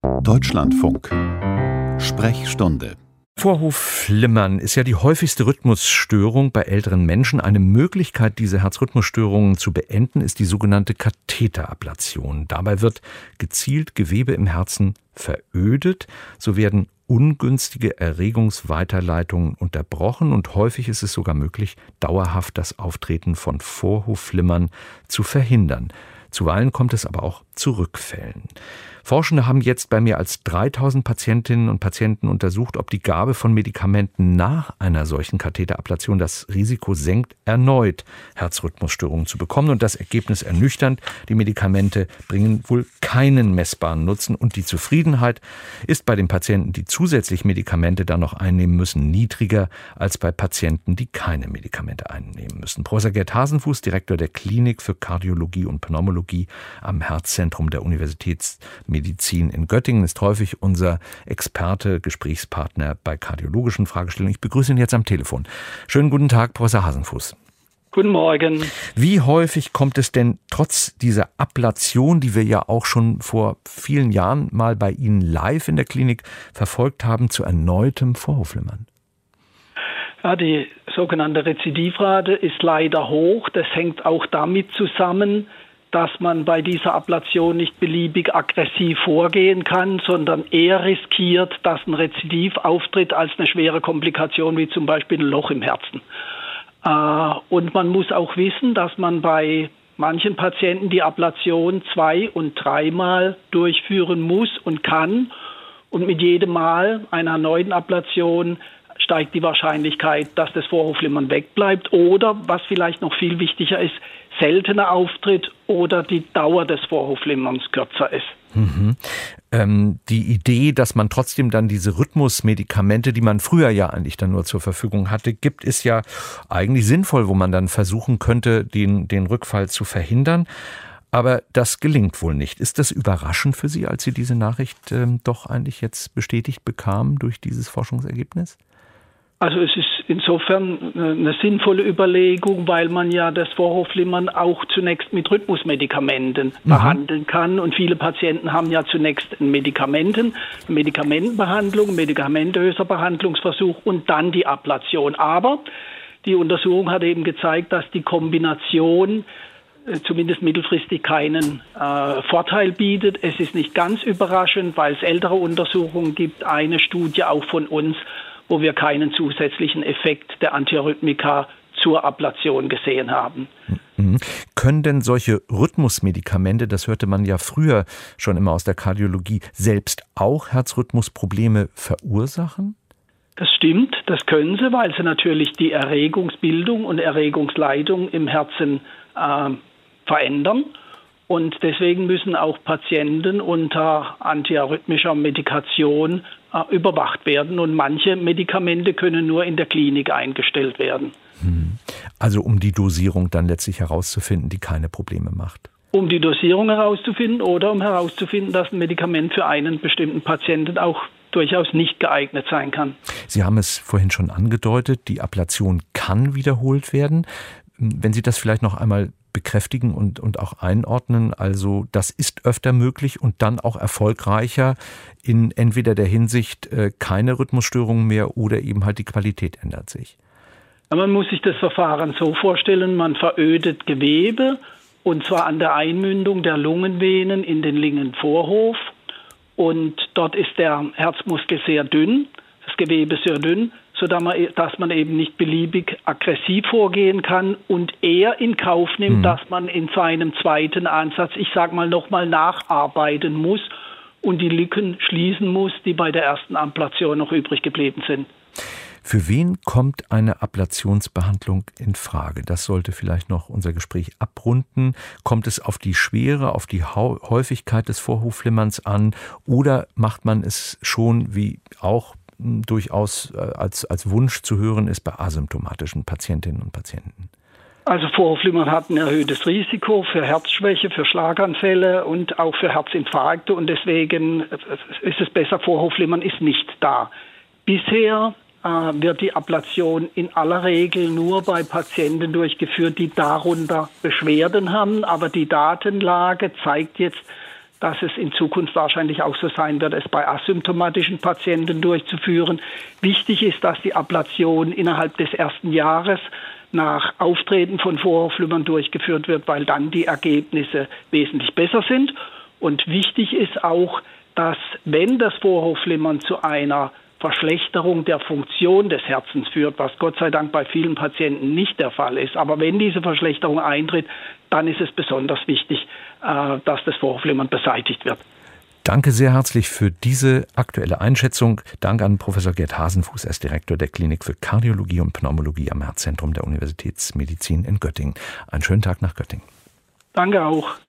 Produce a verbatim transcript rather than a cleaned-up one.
Deutschlandfunk. Sprechstunde. Vorhofflimmern ist ja die häufigste Rhythmusstörung bei älteren Menschen. Eine Möglichkeit, diese Herzrhythmusstörungen zu beenden, ist die sogenannte Katheterablation. Dabei wird gezielt Gewebe im Herzen verödet. So werden ungünstige Erregungsweiterleitungen unterbrochen und häufig ist es sogar möglich, dauerhaft das Auftreten von Vorhofflimmern zu verhindern. Zuweilen kommt es aber auch zu Rückfällen. Forschende haben jetzt bei mehr als dreitausend Patientinnen und Patienten untersucht, ob die Gabe von Medikamenten nach einer solchen Katheterablation das Risiko senkt, erneut Herzrhythmusstörungen zu bekommen. Und das Ergebnis ernüchternd: Die Medikamente bringen wohl keinen messbaren Nutzen und die Zufriedenheit ist bei den Patienten, die zusätzlich Medikamente dann noch einnehmen müssen, niedriger als bei Patienten, die keine Medikamente einnehmen müssen. Professor Gerd Hasenfuß, Direktor der Klinik für Kardiologie und Pneumologie am Herzzentrum der Universitätsmedizin Medizin in Göttingen, ist häufig unser Experte, Gesprächspartner bei kardiologischen Fragestellungen. Ich begrüße ihn jetzt am Telefon. Schönen guten Tag, Professor Hasenfuß. Guten Morgen. Wie häufig kommt es denn trotz dieser Ablation, die wir ja auch schon vor vielen Jahren mal bei Ihnen live in der Klinik verfolgt haben, zu erneutem Vorhofflimmern? Ja, die sogenannte Rezidivrate ist leider hoch. Das hängt auch damit zusammen, dass man bei dieser Ablation nicht beliebig aggressiv vorgehen kann, sondern eher riskiert, dass ein Rezidiv auftritt als eine schwere Komplikation, wie zum Beispiel ein Loch im Herzen. Und man muss auch wissen, dass man bei manchen Patienten die Ablation zwei- und dreimal durchführen muss und kann. Und mit jedem Mal einer erneuten Ablation steigt die Wahrscheinlichkeit, dass das Vorhofflimmern wegbleibt oder, was vielleicht noch viel wichtiger ist, seltener auftritt oder die Dauer des Vorhofflimmerns kürzer ist. Mhm. Ähm, die Idee, dass man trotzdem dann diese Rhythmusmedikamente, die man früher ja eigentlich dann nur zur Verfügung hatte, gibt, ist ja eigentlich sinnvoll, wo man dann versuchen könnte, den, den Rückfall zu verhindern. Aber das gelingt wohl nicht. Ist das überraschend für Sie, als Sie diese Nachricht ähm, doch eigentlich jetzt bestätigt bekamen durch dieses Forschungsergebnis? Also es ist insofern eine sinnvolle Überlegung, weil man ja das Vorhofflimmern auch zunächst mit Rhythmusmedikamenten mhm. behandeln kann. Und viele Patienten haben ja zunächst ein Medikamenten, eine Medikamentenbehandlung, einen medikamentöser Behandlungsversuch und dann die Ablation. Aber die Untersuchung hat eben gezeigt, dass die Kombination zumindest mittelfristig keinen äh, Vorteil bietet. Es ist nicht ganz überraschend, weil es ältere Untersuchungen gibt, eine Studie auch von uns, wo wir keinen zusätzlichen Effekt der Antiarrhythmika zur Ablation gesehen haben. Mhm. Können denn solche Rhythmusmedikamente, das hörte man ja früher schon immer aus der Kardiologie, selbst auch Herzrhythmusprobleme verursachen? Das stimmt, das können sie, weil sie natürlich die Erregungsbildung und Erregungsleitung im Herzen äh, verändern. Und deswegen müssen auch Patienten unter antiarrhythmischer Medikation äh, überwacht werden. Und manche Medikamente können nur in der Klinik eingestellt werden. Also um die Dosierung dann letztlich herauszufinden, die keine Probleme macht. Um die Dosierung herauszufinden oder um herauszufinden, dass ein Medikament für einen bestimmten Patienten auch durchaus nicht geeignet sein kann. Sie haben es vorhin schon angedeutet, die Ablation kann wiederholt werden. Wenn Sie das vielleicht noch einmal bekräftigen und, und auch einordnen, also das ist öfter möglich und dann auch erfolgreicher in entweder der Hinsicht äh, keine Rhythmusstörungen mehr oder eben halt die Qualität ändert sich. Man muss sich das Verfahren so vorstellen, man verödet Gewebe und zwar an der Einmündung der Lungenvenen in den Lingenvorhof und dort ist der Herzmuskel sehr dünn, das Gewebe sehr dünn, sodass man, dass man eben nicht beliebig aggressiv vorgehen kann und eher in Kauf nimmt, mhm. dass man in seinem zweiten Ansatz, ich sage mal, nochmal nacharbeiten muss und die Lücken schließen muss, die bei der ersten Ablation noch übrig geblieben sind. Für wen kommt eine Ablationsbehandlung in Frage? Das sollte vielleicht noch unser Gespräch abrunden. Kommt es auf die Schwere, auf die Häufigkeit des Vorhofflimmerns an oder macht man es schon, wie auch durchaus als, als Wunsch zu hören ist, bei asymptomatischen Patientinnen und Patienten? Also Vorhofflimmern hat ein erhöhtes Risiko für Herzschwäche, für Schlaganfälle und auch für Herzinfarkte und deswegen ist es besser, Vorhofflimmern ist nicht da. Bisher äh, wird die Ablation in aller Regel nur bei Patienten durchgeführt, die darunter Beschwerden haben, aber die Datenlage zeigt jetzt, dass es in Zukunft wahrscheinlich auch so sein wird, es bei asymptomatischen Patienten durchzuführen. Wichtig ist, dass die Ablation innerhalb des ersten Jahres nach Auftreten von Vorhofflimmern durchgeführt wird, weil dann die Ergebnisse wesentlich besser sind. Und wichtig ist auch, dass wenn das Vorhofflimmern zu einer Verschlechterung der Funktion des Herzens führt, was Gott sei Dank bei vielen Patienten nicht der Fall ist. Aber wenn diese Verschlechterung eintritt, dann ist es besonders wichtig, dass das Vorhofflimmern beseitigt wird. Danke sehr herzlich für diese aktuelle Einschätzung. Dank an Professor Gerd Hasenfuß, er ist Direktor der Klinik für Kardiologie und Pneumologie am Herzzentrum der Universitätsmedizin in Göttingen. Einen schönen Tag nach Göttingen. Danke auch.